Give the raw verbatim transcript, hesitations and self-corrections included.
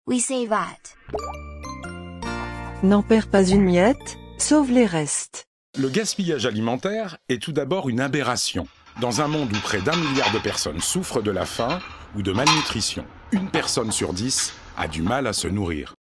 We say that. N'en perds pas une miette, sauve les restes. Le gaspillage alimentaire est tout d'abord une aberration. Dans un monde où près d'un milliard de personnes souffrent de la faim ou de malnutrition, une personne sur dix a du mal à se nourrir.